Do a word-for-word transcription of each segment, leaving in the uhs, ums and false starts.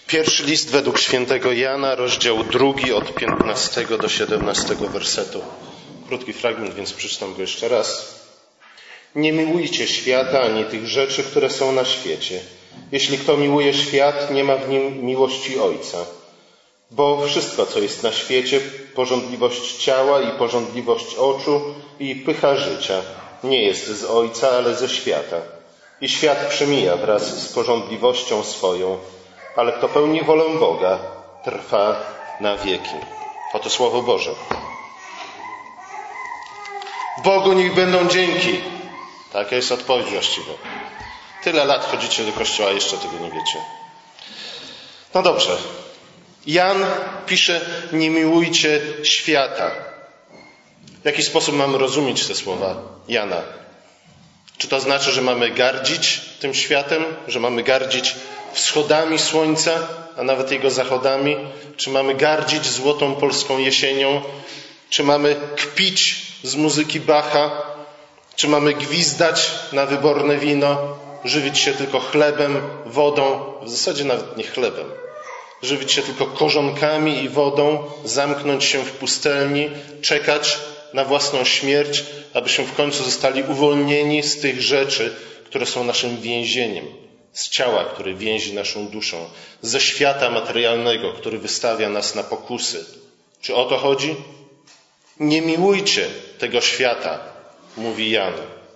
Pierwszy list według świętego Jana, rozdział drugi od piętnastego do siedemnastego wersetu. Krótki fragment, więc przeczytam go jeszcze raz. Nie miłujcie świata ani tych rzeczy, które są na świecie. Jeśli kto miłuje świat, nie ma w nim miłości Ojca. Bo wszystko, co jest na świecie, pożądliwość ciała i pożądliwość oczu i pycha życia, nie jest z Ojca, ale ze świata. I świat przemija wraz z pożądliwością swoją, ale kto pełni wolę Boga, trwa na wieki. Oto Słowo Boże. Bogu niech będą dzięki. Taka jest odpowiedź właściwa. Tyle lat chodzicie do kościoła, a jeszcze tego nie wiecie. No dobrze. Jan pisze, nie miłujcie świata. W jaki sposób mamy rozumieć te słowa Jana? Czy to znaczy, że mamy gardzić tym światem? Że mamy gardzić wschodami słońca, a nawet jego zachodami? Czy mamy gardzić złotą polską jesienią? Czy mamy kpić z muzyki Bacha? Czy mamy gwizdać na wyborne wino? Żywić się tylko chlebem, wodą? W zasadzie nawet nie chlebem. Żywić się tylko korzonkami i wodą? Zamknąć się w pustelni? Czekać na własną śmierć, abyśmy w końcu zostali uwolnieni z tych rzeczy, które są naszym więzieniem, z ciała, które więzi naszą duszą, ze świata materialnego, który wystawia nas na pokusy. Czy o to chodzi? Nie miłujcie tego świata, mówi Jan.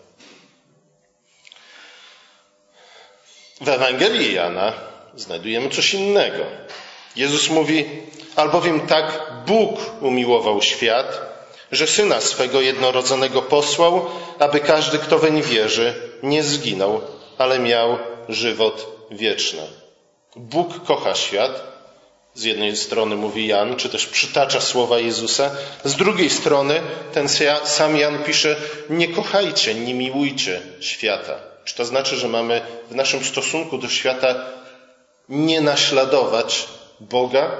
W Ewangelii Jana znajdujemy coś innego. Jezus mówi, albowiem tak Bóg umiłował świat, że Syna swego jednorodzonego posłał, aby każdy, kto weń wierzy, nie zginął, ale miał żywot wieczny. Bóg kocha świat. Z jednej strony mówi Jan, czy też przytacza słowa Jezusa. Z drugiej strony ten sam Jan pisze, nie kochajcie, nie miłujcie świata. Czy to znaczy, że mamy w naszym stosunku do świata nie naśladować Boga?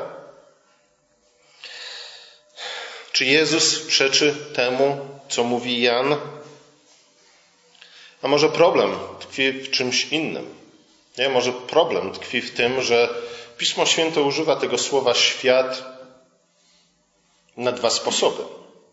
Czy Jezus przeczy temu, co mówi Jan? A może problem tkwi w czymś innym? Nie, może problem tkwi w tym, że Pismo Święte używa tego słowa świat na dwa sposoby.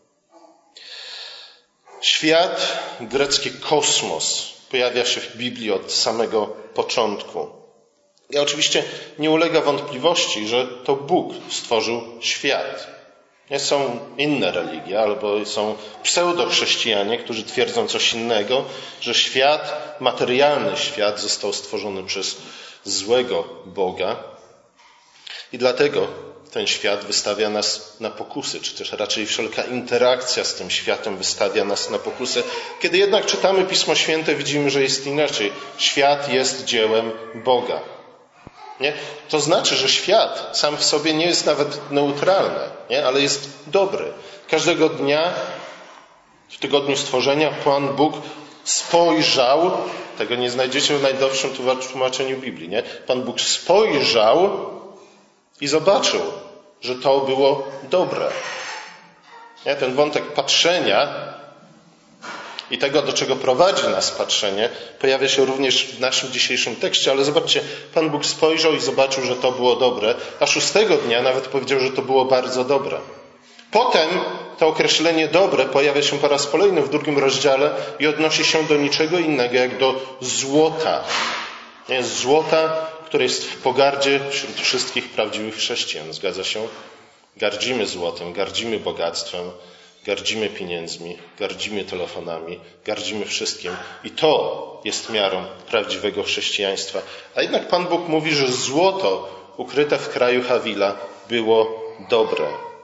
Świat, grecki kosmos, pojawia się w Biblii od samego początku. I oczywiście nie ulega wątpliwości, że to Bóg stworzył świat. Nie są inne religie, albo są pseudochrześcijanie, którzy twierdzą coś innego, że świat, materialny świat został stworzony przez złego Boga i dlatego ten świat wystawia nas na pokusy, czy też raczej wszelka interakcja z tym światem wystawia nas na pokusy. Kiedy jednak czytamy Pismo Święte, widzimy, że jest inaczej. Świat jest dziełem Boga. Nie? To znaczy, że świat sam w sobie nie jest nawet neutralny, nie? Ale jest dobry. Każdego dnia w tygodniu stworzenia Pan Bóg spojrzał, tego nie znajdziecie w najnowszym tłumaczeniu Biblii, nie? Pan Bóg spojrzał i zobaczył, że to było dobre. Nie? Ten wątek patrzenia i tego, do czego prowadzi nas patrzenie, pojawia się również w naszym dzisiejszym tekście, ale zobaczcie, Pan Bóg spojrzał i zobaczył, że to było dobre, a szóstego dnia nawet powiedział, że to było bardzo dobre. Potem to określenie dobre pojawia się po raz kolejny w drugim rozdziale i odnosi się do niczego innego, jak do złota. Nie? Złota, które jest w pogardzie wśród wszystkich prawdziwych chrześcijan. Zgadza się? Gardzimy złotem, gardzimy bogactwem, gardzimy pieniędzmi, gardzimy telefonami, gardzimy wszystkim. I to jest miarą prawdziwego chrześcijaństwa. A jednak Pan Bóg mówi, że złoto ukryte w kraju Hawila było dobre.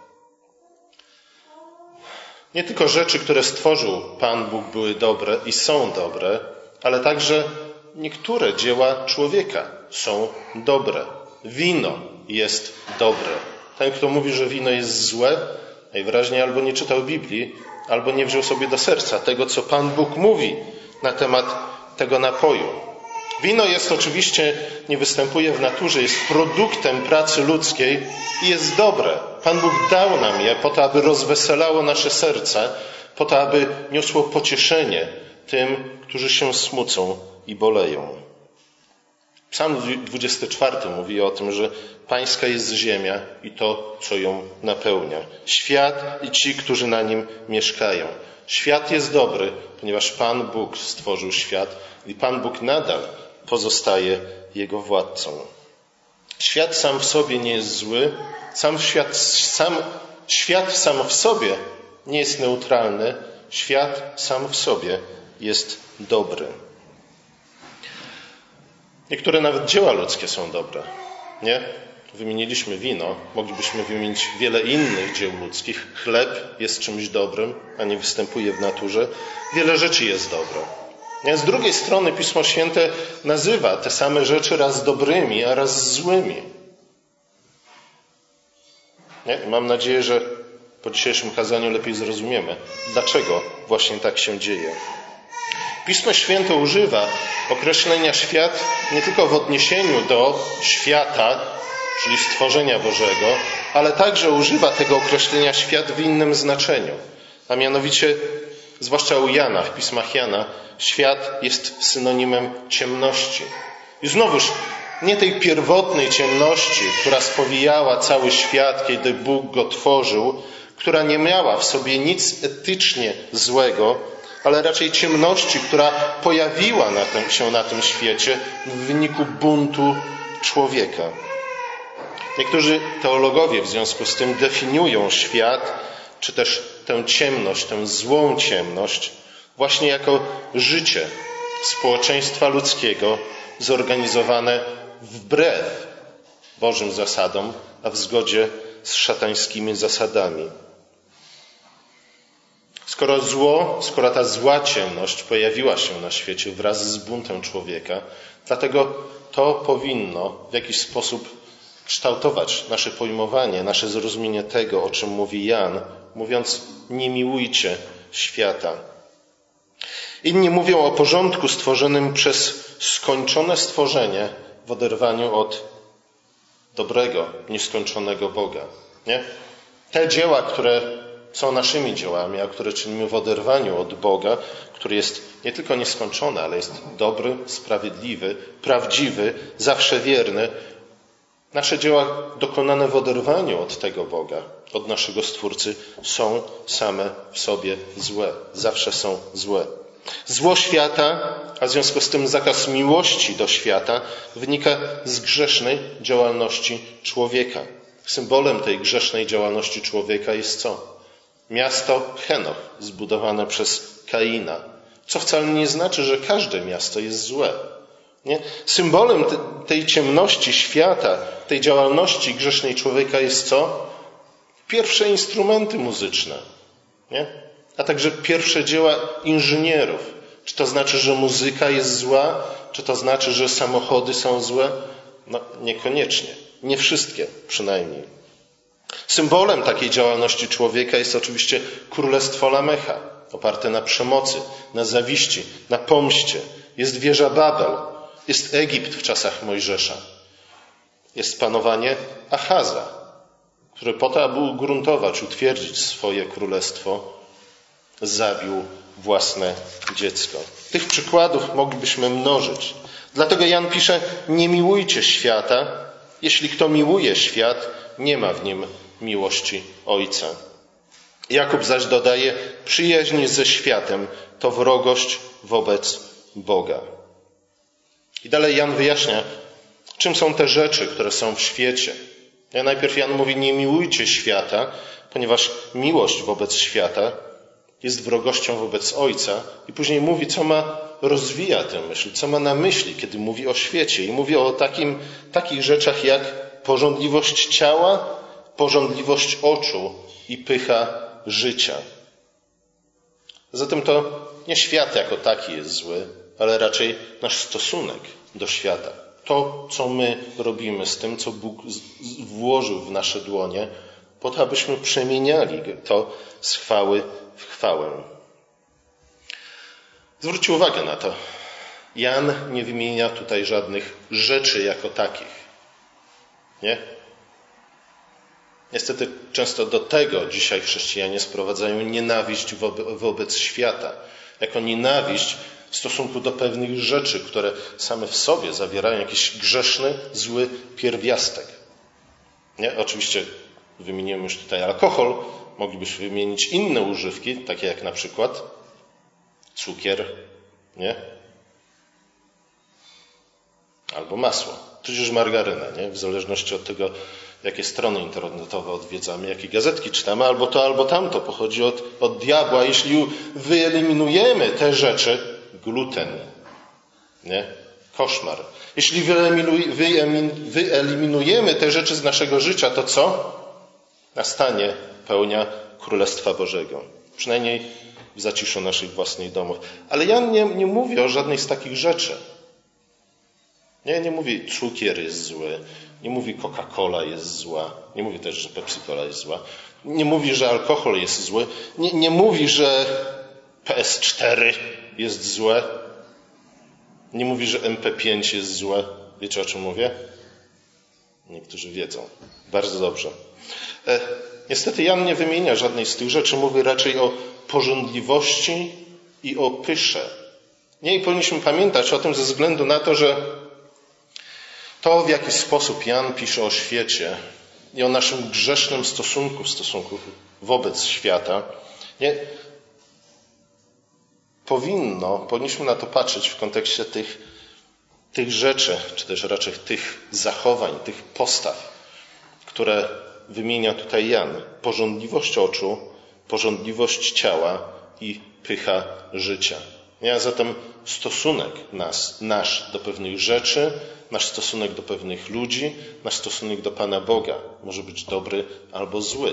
Nie tylko rzeczy, które stworzył Pan Bóg, były dobre i są dobre, ale także niektóre dzieła człowieka są dobre. Wino jest dobre. Ten, kto mówi, że wino jest złe, najwyraźniej albo nie czytał Biblii, albo nie wziął sobie do serca tego, co Pan Bóg mówi na temat tego napoju. Wino jest oczywiście, nie występuje w naturze, jest produktem pracy ludzkiej i jest dobre. Pan Bóg dał nam je po to, aby rozweselało nasze serce, po to, aby niosło pocieszenie tym, którzy się smucą i boleją. Psalm dwudziesty czwarty mówi o tym, że Pańska jest ziemia i to, co ją napełnia. Świat i ci, którzy na nim mieszkają. Świat jest dobry, ponieważ Pan Bóg stworzył świat i Pan Bóg nadal pozostaje jego władcą. Świat sam w sobie nie jest zły, sam świat, sam, świat sam w sobie nie jest neutralny, świat sam w sobie jest dobry. Niektóre nawet dzieła ludzkie są dobre, nie? Wymieniliśmy wino, moglibyśmy wymienić wiele innych dzieł ludzkich. Chleb jest czymś dobrym, a nie występuje w naturze. Wiele rzeczy jest dobre. Z drugiej strony Pismo Święte nazywa te same rzeczy raz dobrymi, a raz złymi. Nie? Mam nadzieję, że po dzisiejszym kazaniu lepiej zrozumiemy, dlaczego właśnie tak się dzieje. Pismo Święte używa określenia świat nie tylko w odniesieniu do świata, czyli stworzenia Bożego, ale także używa tego określenia świat w innym znaczeniu. A mianowicie, zwłaszcza u Jana, w pismach Jana, świat jest synonimem ciemności. I znowuż nie tej pierwotnej ciemności, która spowijała cały świat, kiedy Bóg go tworzył, która nie miała w sobie nic etycznie złego, ale raczej ciemności, która pojawiła na tym, się na tym świecie w wyniku buntu człowieka. Niektórzy teologowie w związku z tym definiują świat, czy też tę ciemność, tę złą ciemność, właśnie jako życie społeczeństwa ludzkiego zorganizowane wbrew Bożym zasadom, a w zgodzie z szatańskimi zasadami. Skoro zło, skoro ta zła ciemność pojawiła się na świecie wraz z buntem człowieka, dlatego to powinno w jakiś sposób kształtować nasze pojmowanie, nasze zrozumienie tego, o czym mówi Jan, mówiąc: nie miłujcie świata. Inni mówią o porządku stworzonym przez skończone stworzenie w oderwaniu od dobrego, nieskończonego Boga. Nie? Te dzieła, które są naszymi dziełami, a które czynimy w oderwaniu od Boga, który jest nie tylko nieskończony, ale jest dobry, sprawiedliwy, prawdziwy, zawsze wierny. Nasze dzieła dokonane w oderwaniu od tego Boga, od naszego Stwórcy, są same w sobie złe. Zawsze są złe. Zło świata, a w związku z tym zakaz miłości do świata, wynika z grzesznej działalności człowieka. Symbolem tej grzesznej działalności człowieka jest co? Miasto Henoch, zbudowane przez Kaina. Co wcale nie znaczy, że każde miasto jest złe. Nie? Symbolem te, tej ciemności świata, tej działalności grzesznej człowieka jest co? Pierwsze instrumenty muzyczne, nie? A także pierwsze dzieła inżynierów. Czy to znaczy, że muzyka jest zła? Czy to znaczy, że samochody są złe? No niekoniecznie. Nie wszystkie przynajmniej. Symbolem takiej działalności człowieka jest oczywiście królestwo Lamecha, oparte na przemocy, na zawiści, na pomście. Jest wieża Babel, jest Egipt w czasach Mojżesza. Jest panowanie Achaza, który po to, aby ugruntować, utwierdzić swoje królestwo, zabił własne dziecko. Tych przykładów moglibyśmy mnożyć. Dlatego Jan pisze: nie miłujcie świata. Jeśli kto miłuje świat, nie ma w nim miłości Ojca. Jakub zaś dodaje: przyjaźń ze światem to wrogość wobec Boga. I dalej Jan wyjaśnia, czym są te rzeczy, które są w świecie. Ja najpierw Jan mówi: nie miłujcie świata, ponieważ miłość wobec świata jest wrogością wobec Ojca. I później mówi, co ma, rozwija tę myśl, co ma na myśli, kiedy mówi o świecie. I mówi o takim, takich rzeczach jak pożądliwość ciała, pożądliwość oczu i pycha życia. Zatem to nie świat jako taki jest zły, ale raczej nasz stosunek do świata. To, co my robimy z tym, co Bóg włożył w nasze dłonie, po to, abyśmy przemieniali to z chwały w chwałę. Zwróćcie uwagę na to. Jan nie wymienia tutaj żadnych rzeczy jako takich. Nie? Niestety często do tego dzisiaj chrześcijanie sprowadzają nienawiść wobec świata. Jako nienawiść w stosunku do pewnych rzeczy, które same w sobie zawierają jakiś grzeszny, zły pierwiastek. Nie? Oczywiście wymieniłem już tutaj alkohol, moglibyśmy wymienić inne używki, takie jak na przykład cukier, nie? Albo masło, tudzież margarynę, nie? W zależności od tego, jakie strony internetowe odwiedzamy, jakie gazetki czytamy, albo to, albo tamto, pochodzi od, od diabła. Jeśli wyeliminujemy te rzeczy, gluten, nie? Koszmar. Jeśli wyeliminujemy te rzeczy z naszego życia, to co? Nastanie pełnia Królestwa Bożego. Przynajmniej w zaciszu naszych własnych domów. Ale Jan nie, nie mówi o żadnej z takich rzeczy. Nie, nie mówi cukier jest zły, nie mówi Coca-Cola jest zła, nie mówi też, że Pepsi-Cola jest zła, nie mówi, że alkohol jest zły, nie, nie mówi, że P S cztery jest złe, nie mówi, że M P pięć jest złe. Wiecie, o czym mówię? Niektórzy wiedzą. Bardzo dobrze. E, niestety Jan nie wymienia żadnej z tych rzeczy, mówi raczej o pożądliwości i o pysze. Nie, i powinniśmy pamiętać o tym ze względu na to, że to, w jaki sposób Jan pisze o świecie i o naszym grzesznym stosunku w stosunku wobec świata, nie, powinno, powinniśmy na to patrzeć w kontekście tych, tych rzeczy, czy też raczej tych zachowań, tych postaw, które wymienia tutaj Jan. Pożądliwość oczu, pożądliwość ciała i pycha życia. A zatem stosunek nas, nasz do pewnych rzeczy, nasz stosunek do pewnych ludzi, nasz stosunek do Pana Boga może być dobry albo zły.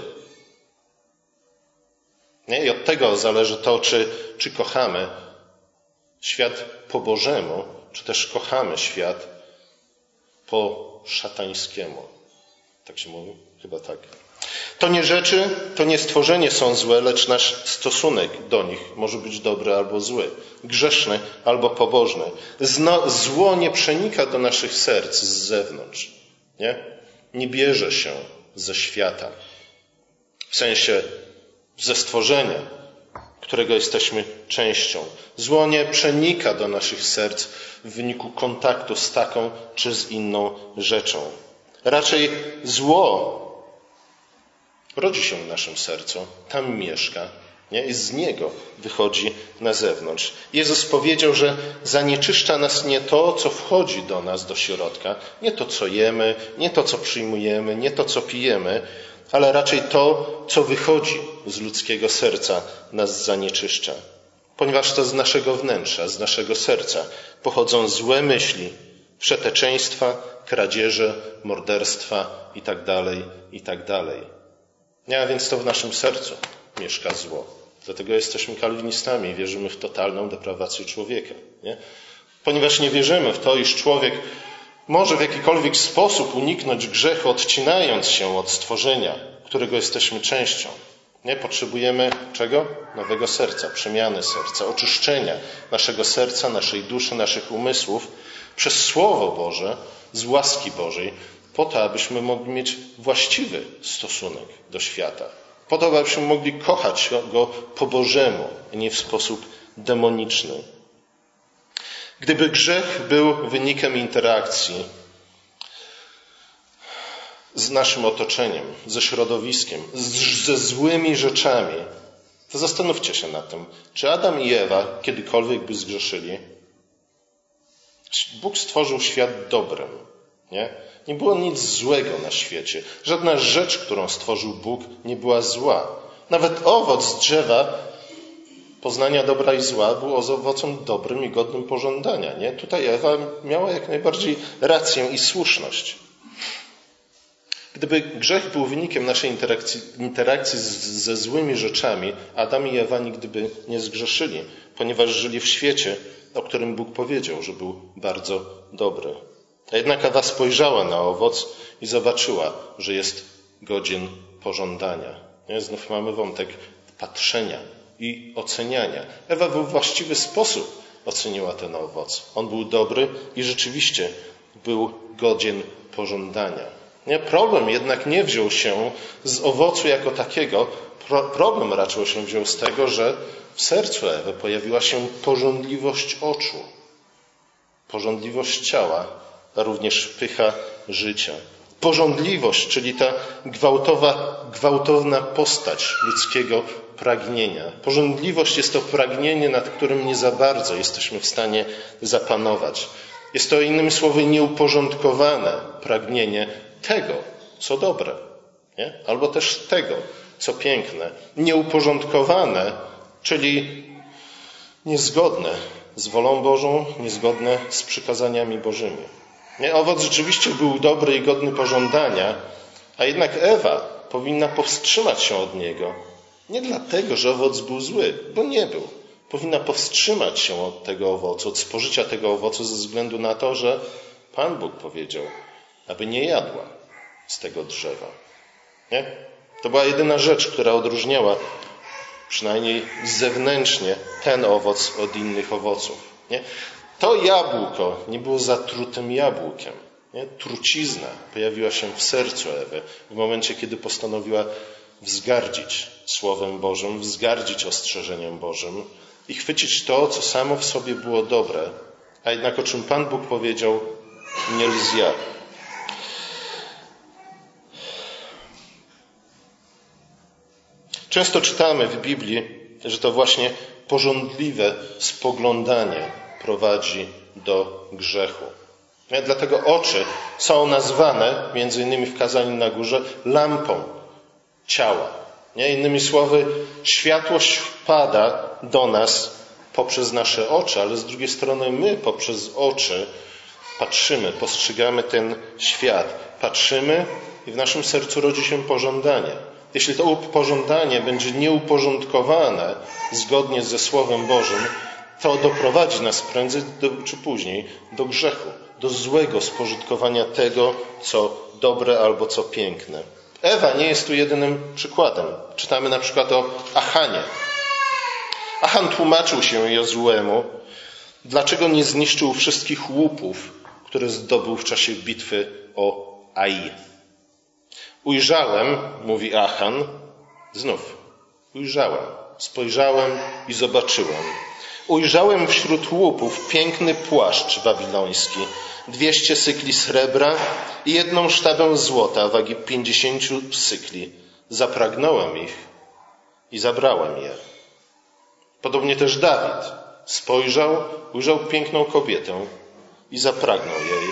Nie? I od tego zależy to, czy, czy kochamy świat po Bożemu, czy też kochamy świat po szatańskiemu. Tak się mówi? Chyba tak. To nie rzeczy, to nie stworzenie są złe, lecz nasz stosunek do nich może być dobry albo zły, grzeszny albo pobożny. Zno, zło nie przenika do naszych serc z zewnątrz. Nie? Nie bierze się ze świata. W sensie ze stworzenia, którego jesteśmy częścią. Zło nie przenika do naszych serc w wyniku kontaktu z taką czy z inną rzeczą. Raczej zło rodzi się w naszym sercu, tam mieszka, nie? I z niego wychodzi na zewnątrz. Jezus powiedział, że zanieczyszcza nas nie to, co wchodzi do nas, do środka, nie to, co jemy, nie to, co przyjmujemy, nie to, co pijemy, ale raczej to, co wychodzi z ludzkiego serca, nas zanieczyszcza. Ponieważ to z naszego wnętrza, z naszego serca pochodzą złe myśli, przeteczeństwa, kradzieże, morderstwa itd., itd. Nie, a więc to w naszym sercu mieszka zło. Dlatego jesteśmy kalwinistami i wierzymy w totalną deprawację człowieka. Nie? Ponieważ nie wierzymy w to, iż człowiek może w jakikolwiek sposób uniknąć grzechu, odcinając się od stworzenia, którego jesteśmy częścią. Nie? Potrzebujemy czego? Nowego serca, przemiany serca, oczyszczenia naszego serca, naszej duszy, naszych umysłów przez Słowo Boże, z łaski Bożej, po to, abyśmy mogli mieć właściwy stosunek do świata. Po to, abyśmy mogli kochać Go po Bożemu, a nie w sposób demoniczny. Gdyby grzech był wynikiem interakcji z naszym otoczeniem, ze środowiskiem, z, ze złymi rzeczami, to zastanówcie się nad tym, czy Adam i Ewa kiedykolwiek by zgrzeszyli? Bóg stworzył świat dobrem, nie? Nie było nic złego na świecie. Żadna rzecz, którą stworzył Bóg, nie była zła. Nawet owoc z drzewa poznania dobra i zła był owocem dobrym i godnym pożądania. Nie? Tutaj Ewa miała jak najbardziej rację i słuszność. Gdyby grzech był wynikiem naszej interakcji, interakcji z, ze złymi rzeczami, Adam i Ewa nigdy by nie zgrzeszyli, ponieważ żyli w świecie, o którym Bóg powiedział, że był bardzo dobry. A jednak Ewa spojrzała na owoc i zobaczyła, że jest godzien pożądania. Nie? Znów mamy wątek patrzenia i oceniania. Ewa w właściwy sposób oceniła ten owoc. On był dobry i rzeczywiście był godzien pożądania. Nie? Problem jednak nie wziął się z owocu jako takiego. Pro, problem raczej się wziął z tego, że w sercu Ewy pojawiła się pożądliwość oczu, pożądliwość ciała, a również pycha życia. Pożądliwość, czyli ta gwałtowa, gwałtowna postać ludzkiego pragnienia. Pożądliwość jest to pragnienie, nad którym nie za bardzo jesteśmy w stanie zapanować. Jest to innymi słowy nieuporządkowane pragnienie tego, co dobre, nie? Albo też tego, co piękne. Nieuporządkowane, czyli niezgodne z wolą Bożą, niezgodne z przykazaniami Bożymi. Nie? Owoc rzeczywiście był dobry i godny pożądania, a jednak Ewa powinna powstrzymać się od niego. Nie dlatego, że owoc był zły, bo nie był. Powinna powstrzymać się od tego owocu, od spożycia tego owocu ze względu na to, że Pan Bóg powiedział, aby nie jadła z tego drzewa. Nie? To była jedyna rzecz, która odróżniała przynajmniej zewnętrznie ten owoc od innych owoców. Nie? To jabłko nie było zatrutym jabłkiem. Nie? Trucizna pojawiła się w sercu Ewy w momencie, kiedy postanowiła wzgardzić Słowem Bożym, wzgardzić ostrzeżeniem Bożym i chwycić to, co samo w sobie było dobre, a jednak o czym Pan Bóg powiedział, nie zjadł. Często czytamy w Biblii, że to właśnie pożądliwe spoglądanie prowadzi do grzechu. Dlatego oczy są nazwane, między innymi w kazaniu na górze, lampą ciała. Nie? Innymi słowy, światłość wpada do nas poprzez nasze oczy, ale z drugiej strony my poprzez oczy patrzymy, postrzegamy ten świat. Patrzymy i w naszym sercu rodzi się pożądanie. Jeśli to pożądanie będzie nieuporządkowane zgodnie ze Słowem Bożym, to doprowadzi nas prędzej do, czy później do grzechu, do złego spożytkowania tego, co dobre albo co piękne. Ewa nie jest tu jedynym przykładem. Czytamy na przykład o Achanie. Achan tłumaczył się Jozuemu, dlaczego nie zniszczył wszystkich łupów, które zdobył w czasie bitwy o Ai. Ujrzałem, mówi Achan, znów, ujrzałem, spojrzałem i zobaczyłem. Ujrzałem wśród łupów piękny płaszcz babiloński, dwieście sykli srebra i jedną sztabę złota wagi pięćdziesięciu sykli. Zapragnąłem ich i zabrałem je. Podobnie też Dawid spojrzał, ujrzał piękną kobietę i zapragnął jej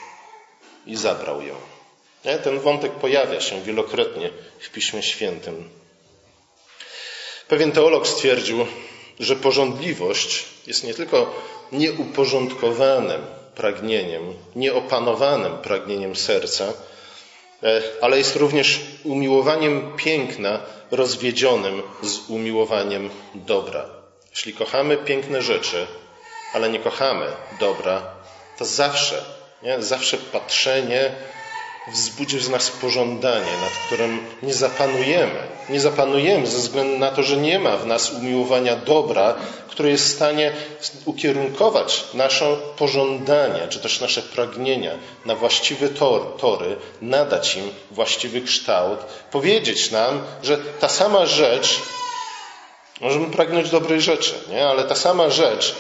i zabrał ją. Ten wątek pojawia się wielokrotnie w Piśmie Świętym. Pewien teolog stwierdził, że pożądliwość jest nie tylko nieuporządkowanym pragnieniem, nieopanowanym pragnieniem serca, ale jest również umiłowaniem piękna rozwiedzionym z umiłowaniem dobra. Jeśli kochamy piękne rzeczy, ale nie kochamy dobra, to zawsze, nie? zawsze patrzenie wzbudzi w nas pożądanie, nad którym nie zapanujemy. Nie zapanujemy ze względu na to, że nie ma w nas umiłowania dobra, które jest w stanie ukierunkować nasze pożądania, czy też nasze pragnienia na właściwe tor, tory, nadać im właściwy kształt, powiedzieć nam, że ta sama rzecz, możemy pragnąć dobrej rzeczy, nie? ale ta sama rzecz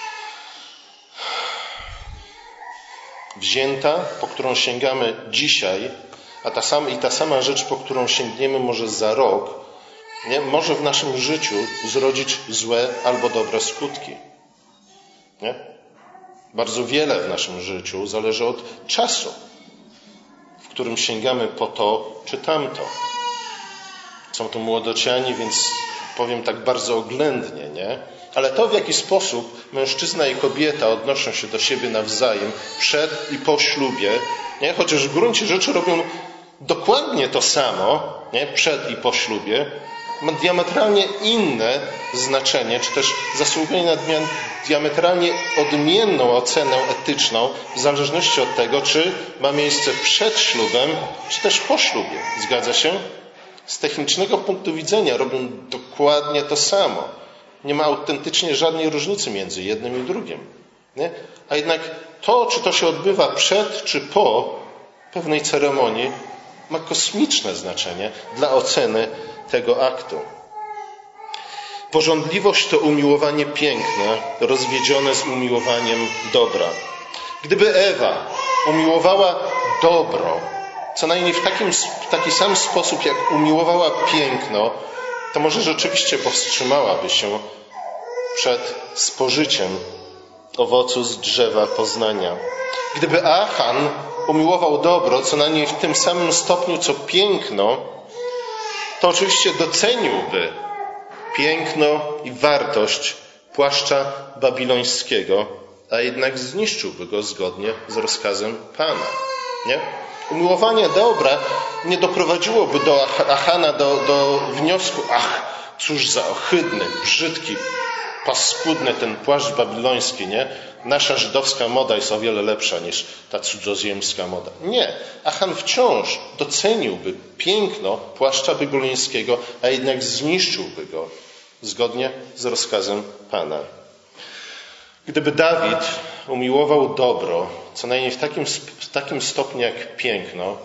wzięta, po którą sięgamy dzisiaj, a ta sama, i ta sama rzecz, po którą sięgniemy może za rok, nie, może w naszym życiu zrodzić złe albo dobre skutki. Nie? Bardzo wiele w naszym życiu zależy od czasu, w którym sięgamy po to czy tamto. Są to młodociani, więc powiem tak bardzo oględnie, nie? Ale to, w jaki sposób mężczyzna i kobieta odnoszą się do siebie nawzajem przed i po ślubie, nie? Chociaż w gruncie rzeczy robią dokładnie to samo, nie? Przed i po ślubie, ma diametralnie inne znaczenie, czy też zasługuje na diametralnie odmienną ocenę etyczną w zależności od tego, czy ma miejsce przed ślubem, czy też po ślubie. Zgadza się? Z technicznego punktu widzenia robią dokładnie to samo. Nie ma autentycznie żadnej różnicy między jednym i drugim. Nie? A jednak to, czy to się odbywa przed, czy po, pewnej ceremonii ma kosmiczne znaczenie dla oceny tego aktu. Pożądliwość to umiłowanie piękne, rozwiedzione z umiłowaniem dobra. Gdyby Ewa umiłowała dobro, co najmniej w, takim, w taki sam sposób, jak umiłowała piękno, to może rzeczywiście powstrzymałaby się przed spożyciem owocu z drzewa poznania. Gdyby Achan umiłował dobro, co najmniej w tym samym stopniu, co piękno, to oczywiście doceniłby piękno i wartość płaszcza babilońskiego, a jednak zniszczyłby go zgodnie z rozkazem Pana. Nie? Umiłowanie dobra nie doprowadziłoby do Achana do, do wniosku, ach, cóż za ohydny, brzydki, paskudny ten płaszcz babiloński, nie? Nasza żydowska moda jest o wiele lepsza niż ta cudzoziemska moda. Nie. Achan wciąż doceniłby piękno płaszcza babilońskiego, a jednak zniszczyłby go zgodnie z rozkazem Pana. Gdyby Dawid umiłował dobro, co najmniej w takim, w takim stopniu jak piękno,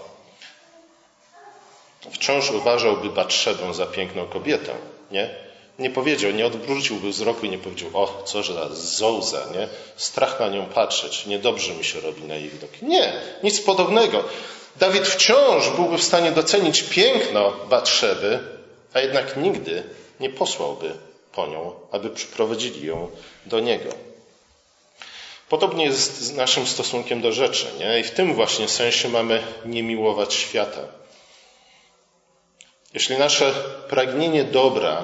wciąż uważałby Batszebę za piękną kobietę, nie? Nie powiedział, nie odwróciłby wzroku i nie powiedział, o, co za zołza, nie? Strach na nią patrzeć, niedobrze mi się robi na jej widok. Nie, nic podobnego. Dawid wciąż byłby w stanie docenić piękno Batszeby, a jednak nigdy nie posłałby po nią, aby przyprowadzili ją do niego. Podobnie jest z naszym stosunkiem do rzeczy, nie? I w tym właśnie sensie mamy nie miłować świata. Jeśli nasze pragnienie dobra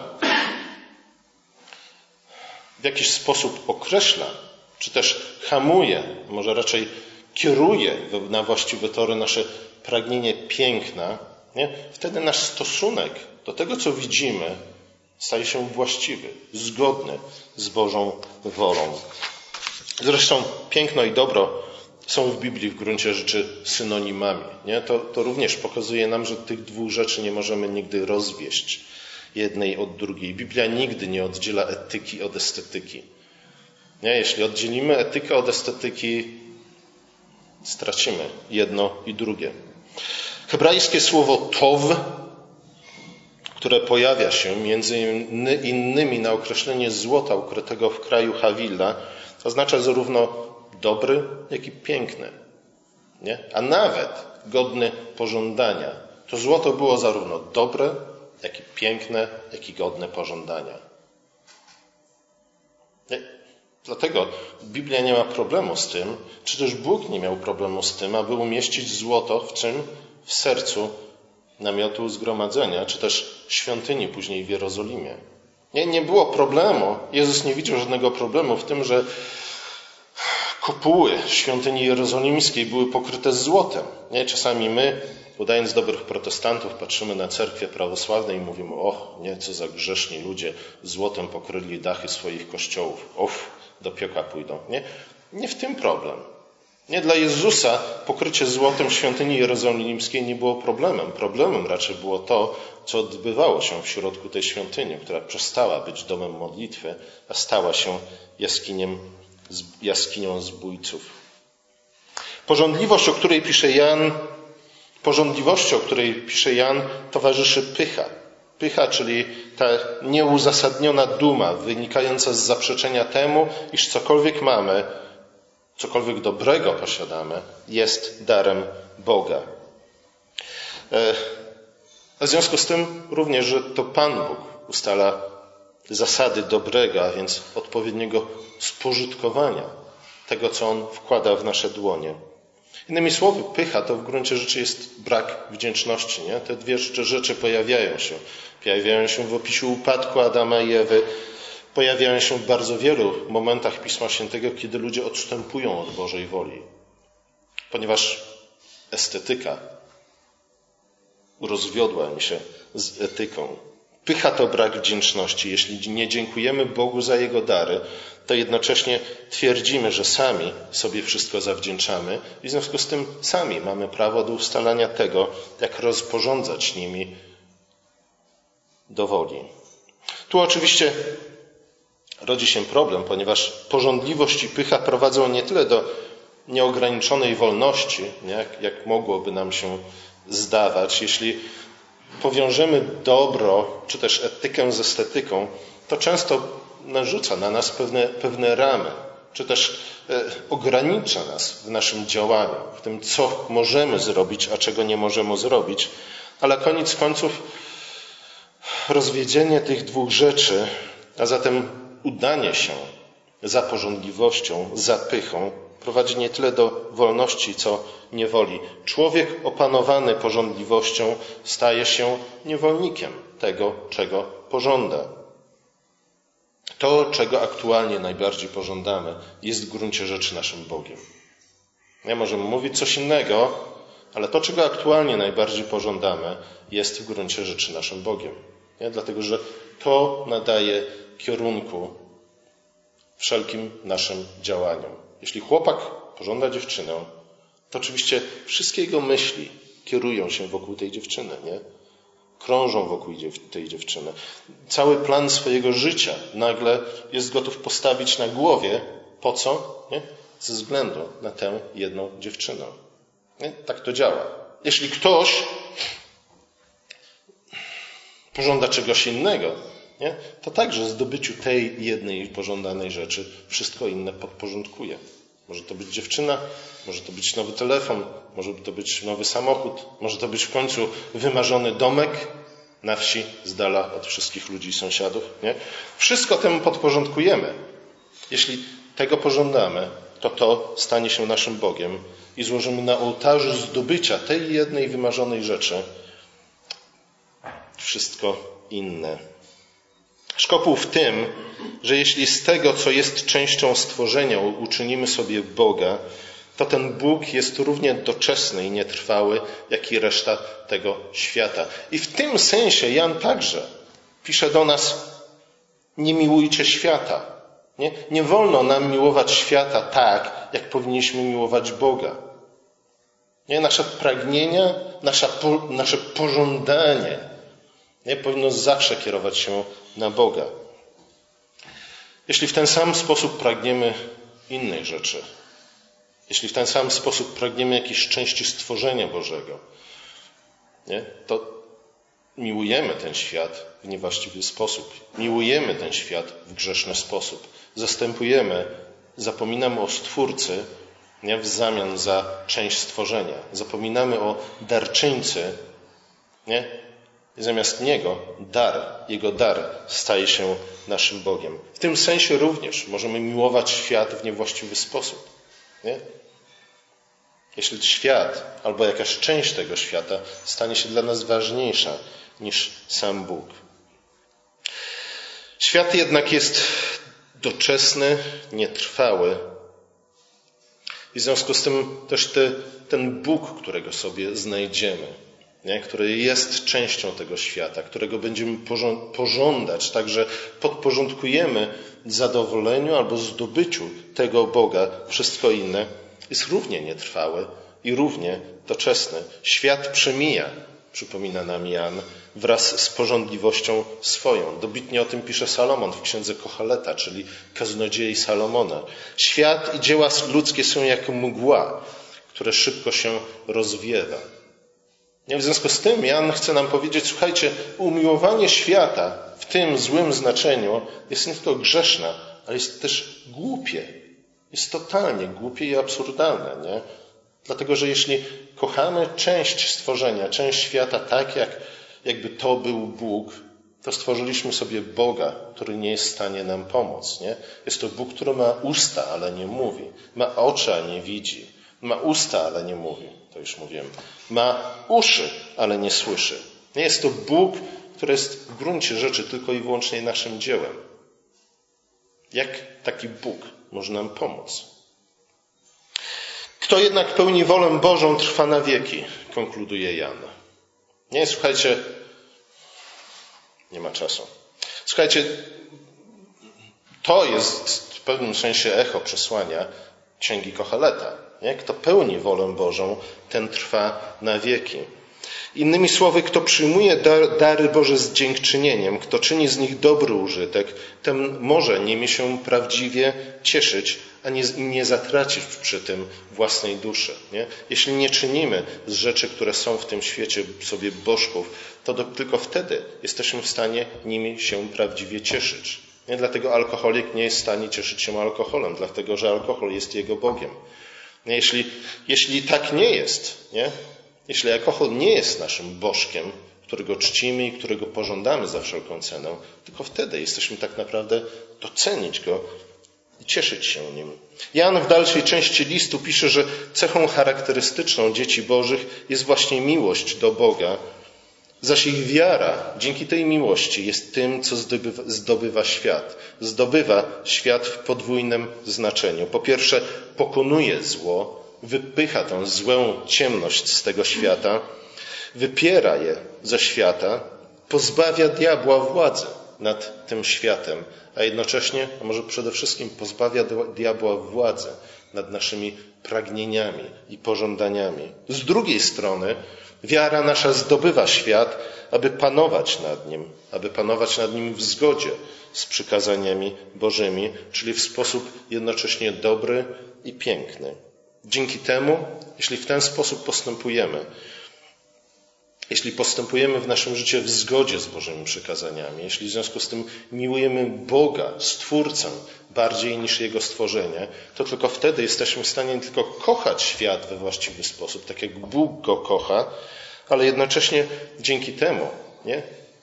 w jakiś sposób określa, czy też hamuje, może raczej kieruje na właściwe tory nasze pragnienie piękna, nie? Wtedy nasz stosunek do tego, co widzimy, staje się właściwy, zgodny z Bożą wolą. Zresztą piękno i dobro są w Biblii w gruncie rzeczy synonimami. Nie? To, to również pokazuje nam, że tych dwóch rzeczy nie możemy nigdy rozwieść jednej od drugiej. Biblia nigdy nie oddziela etyki od estetyki. Nie? Jeśli oddzielimy etykę od estetyki, stracimy jedno i drugie. Hebrajskie słowo tow, które pojawia się między innymi na określenie złota ukrytego w kraju Hawila, oznacza zarówno dobry, jak i piękny. Nie? A nawet godny pożądania. To złoto było zarówno dobre, jak i piękne, jak i godne pożądania. Nie? Dlatego Biblia nie ma problemu z tym, czy też Bóg nie miał problemu z tym, aby umieścić złoto w czym? W sercu namiotu zgromadzenia, czy też świątyni później w Jerozolimie. Nie, nie było problemu. Jezus nie widział żadnego problemu w tym, że kopuły świątyni jerozolimskiej były pokryte złotem. Nie? Czasami my, udając dobrych protestantów, patrzymy na cerkwie prawosławne i mówimy, o, nie, co za grzeszni ludzie, złotem pokryli dachy swoich kościołów. Of, do piekła pójdą. Nie? Nie w tym problem. Nie, dla Jezusa pokrycie złotem świątyni jerozolimskiej nie było problemem. Problemem raczej było to, co odbywało się w środku tej świątyni, która przestała być domem modlitwy, a stała się jaskiniem, jaskinią zbójców. Pożądliwość, o której pisze Jan, porządliwości, o której pisze Jan, towarzyszy pycha. Pycha, czyli ta nieuzasadniona duma wynikająca z zaprzeczenia temu, iż cokolwiek mamy, cokolwiek dobrego posiadamy, jest darem Boga. A w związku z tym również, że to Pan Bóg ustala zasady dobrego, a więc odpowiedniego spożytkowania tego, co On wkłada w nasze dłonie. Innymi słowy, pycha to w gruncie rzeczy jest brak wdzięczności. Nie? Te dwie rzeczy pojawiają się. Pojawiają się w opisie upadku Adama i Ewy. Pojawiają się w bardzo wielu momentach Pisma Świętego, kiedy ludzie odstępują od Bożej woli. Ponieważ estetyka rozwiodła mi się z etyką. Pycha to brak wdzięczności. Jeśli nie dziękujemy Bogu za Jego dary, to jednocześnie twierdzimy, że sami sobie wszystko zawdzięczamy i w związku z tym sami mamy prawo do ustalania tego, jak rozporządzać nimi do woli. Tu oczywiście rodzi się problem, ponieważ pożądliwość i pycha prowadzą nie tyle do nieograniczonej wolności, nie? Jak, jak mogłoby nam się zdawać. Jeśli powiążemy dobro, czy też etykę z estetyką, to często narzuca na nas pewne, pewne ramy, czy też e, ogranicza nas w naszym działaniu, w tym, co możemy zrobić, a czego nie możemy zrobić. Ale koniec końców rozwiedzienie tych dwóch rzeczy, a zatem udanie się za pożądliwością, za pychą, prowadzi nie tyle do wolności, co niewoli. Człowiek opanowany pożądliwością staje się niewolnikiem tego, czego pożąda. To, czego aktualnie najbardziej pożądamy, jest w gruncie rzeczy naszym Bogiem. Ja możemy mówić coś innego, ale to, czego aktualnie najbardziej pożądamy, jest w gruncie rzeczy naszym Bogiem. Nie? Dlatego, że to nadaje kierunku wszelkim naszym działaniom. Jeśli chłopak pożąda dziewczynę, to oczywiście wszystkie jego myśli kierują się wokół tej dziewczyny, nie? Krążą wokół tej dziewczyny. Cały plan swojego życia nagle jest gotów postawić na głowie. Po co? Nie? Ze względu na tę jedną dziewczynę. Nie? Tak to działa. Jeśli ktoś pożąda czegoś innego, nie? To także zdobyciu tej jednej pożądanej rzeczy wszystko inne podporządkuje. Może to być dziewczyna, może to być nowy telefon, może to być nowy samochód, może to być w końcu wymarzony domek na wsi z dala od wszystkich ludzi i sąsiadów. Nie? Wszystko temu podporządkujemy. Jeśli tego pożądamy, to to stanie się naszym Bogiem i złożymy na ołtarzu zdobycia tej jednej wymarzonej rzeczy wszystko inne. Szkopuł w tym, że jeśli z tego, co jest częścią stworzenia, uczynimy sobie Boga, to ten Bóg jest równie doczesny i nietrwały, jak i reszta tego świata. I w tym sensie Jan także pisze do nas: nie miłujcie świata. Nie, nie wolno nam miłować świata tak, jak powinniśmy miłować Boga. Nie, nasze pragnienia, nasza, nasze pożądanie nie, powinno zawsze kierować się na Boga. Jeśli w ten sam sposób pragniemy innych rzeczy, jeśli w ten sam sposób pragniemy jakiejś części stworzenia Bożego, nie, to miłujemy ten świat w niewłaściwy sposób. Miłujemy ten świat w grzeszny sposób. Zastępujemy, zapominamy o Stwórcy, nie, w zamian za część stworzenia. Zapominamy o darczyńcy, nie? I zamiast Niego dar, Jego dar staje się naszym Bogiem. W tym sensie również możemy miłować świat w niewłaściwy sposób. Nie? Jeśli świat albo jakaś część tego świata stanie się dla nas ważniejsza niż sam Bóg. Świat jednak jest doczesny, nietrwały. I w związku z tym też te, ten Bóg, którego sobie znajdziemy, nie? Który jest częścią tego świata, którego będziemy pożądać, także podporządkujemy zadowoleniu albo zdobyciu tego Boga wszystko inne, jest równie nietrwały i równie doczesny. Świat przemija, przypomina nam Jan, wraz z pożądliwością swoją. Dobitnie o tym pisze Salomon w księdze Kocheleta, czyli Kaznodziei Salomona. Świat i dzieła ludzkie są jak mgła, które szybko się rozwiewa. W związku z tym Jan chce nam powiedzieć: słuchajcie, umiłowanie świata w tym złym znaczeniu jest nie tylko grzeszne, ale jest też głupie. Jest totalnie głupie i absurdalne, nie? Dlatego, że jeśli kochamy część stworzenia, część świata tak, jak, jakby to był Bóg, to stworzyliśmy sobie Boga, który nie jest w stanie nam pomóc, nie? Jest to Bóg, który ma usta, ale nie mówi. Ma oczy, a nie widzi. Ma usta, ale nie mówi. To już mówiłem. Ma uszy, ale nie słyszy. Nie jest to Bóg, który jest w gruncie rzeczy tylko i wyłącznie naszym dziełem. Jak taki Bóg może nam pomóc? Kto jednak pełni wolę Bożą, trwa na wieki, konkluduje Jan. Nie, słuchajcie, nie ma czasu. Słuchajcie, to jest w pewnym sensie echo przesłania Księgi Kocheleta. Nie? Kto pełni wolę Bożą, ten trwa na wieki. Innymi słowy, kto przyjmuje dar, dary Boże z dziękczynieniem, kto czyni z nich dobry użytek, ten może nimi się prawdziwie cieszyć, a nie, nie zatracić przy tym własnej duszy. Nie? Jeśli nie czynimy z rzeczy, które są w tym świecie sobie bożków, to do, tylko wtedy jesteśmy w stanie nimi się prawdziwie cieszyć. Nie? Dlatego alkoholik nie jest w stanie cieszyć się alkoholem, dlatego że alkohol jest jego Bogiem. Nie? Jeśli, jeśli tak nie jest, nie? Jeśli alkohol nie jest naszym bożkiem, którego czcimy i którego pożądamy za wszelką cenę, tylko wtedy jesteśmy tak naprawdę docenić go i cieszyć się nim. Jan w dalszej części listu pisze, że cechą charakterystyczną dzieci bożych jest właśnie miłość do Boga, zaś ich wiara dzięki tej miłości jest tym, co zdobywa, zdobywa świat. Zdobywa świat w podwójnym znaczeniu. Po pierwsze, pokonuje zło, wypycha tę złą ciemność z tego świata, wypiera je ze świata, pozbawia diabła władzy nad tym światem, a jednocześnie, a może przede wszystkim pozbawia diabła władzy nad naszymi pragnieniami i pożądaniami. Z drugiej strony wiara nasza zdobywa świat, aby panować nad nim, aby panować nad nim w zgodzie z przykazaniami Bożymi, czyli w sposób jednocześnie dobry i piękny. Dzięki temu, jeśli w ten sposób postępujemy, jeśli postępujemy w naszym życiu w zgodzie z Bożymi przykazaniami, jeśli w związku z tym miłujemy Boga, Stwórcę, bardziej niż Jego stworzenie, to tylko wtedy jesteśmy w stanie nie tylko kochać świat we właściwy sposób, tak jak Bóg go kocha, ale jednocześnie dzięki temu, nie?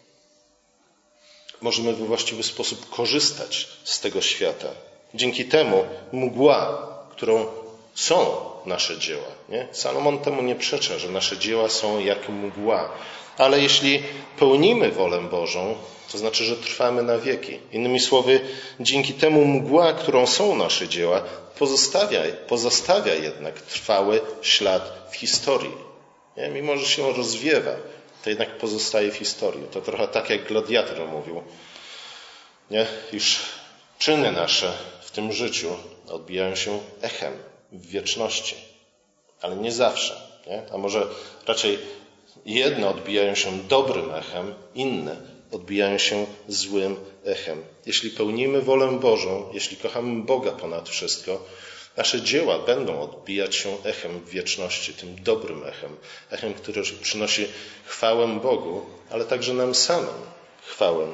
Możemy we właściwy sposób korzystać z tego świata. Dzięki temu mgła, którą są nasze dzieła. Nie? Salomon temu nie przeczy, że nasze dzieła są jak mgła. Ale jeśli pełnimy wolę Bożą, to znaczy, że trwamy na wieki. Innymi słowy, dzięki temu mgła, którą są nasze dzieła, pozostawia, pozostawia jednak trwały ślad w historii. Nie? Mimo, że się rozwiewa, to jednak pozostaje w historii. To trochę tak, jak Gladiator mówił, nie? Iż czyny nasze w tym życiu odbijają się echem w wieczności, ale nie zawsze. Nie? A może raczej jedne odbijają się dobrym echem, inne odbijają się złym echem. Jeśli pełnimy wolę Bożą, jeśli kochamy Boga ponad wszystko, nasze dzieła będą odbijać się echem w wieczności, tym dobrym echem, echem, który przynosi chwałę Bogu, ale także nam samym chwałę.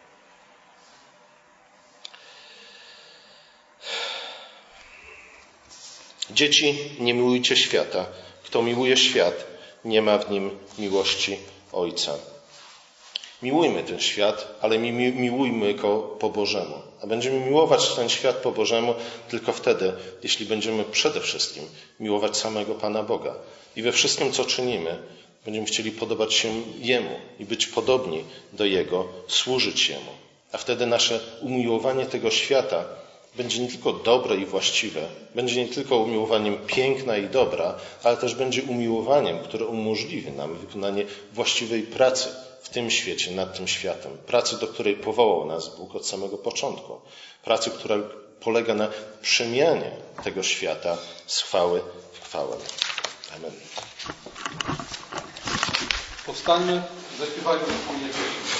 Dzieci, nie miłujcie świata. Kto miłuje świat, nie ma w nim miłości Ojca. Miłujmy ten świat, ale miłujmy go po Bożemu. A będziemy miłować ten świat po Bożemu tylko wtedy, jeśli będziemy przede wszystkim miłować samego Pana Boga. I we wszystkim, co czynimy, będziemy chcieli podobać się Jemu i być podobni do Jego, służyć Jemu. A wtedy nasze umiłowanie tego świata będzie nie tylko dobre i właściwe, będzie nie tylko umiłowaniem piękna i dobra, ale też będzie umiłowaniem, które umożliwi nam wykonanie właściwej pracy w tym świecie, nad tym światem. Pracy, do której powołał nas Bóg od samego początku. Pracy, która polega na przemianie tego świata z chwały w chwałę. Amen. Powstańmy, zaśpiewajmy wspólnie pieśń.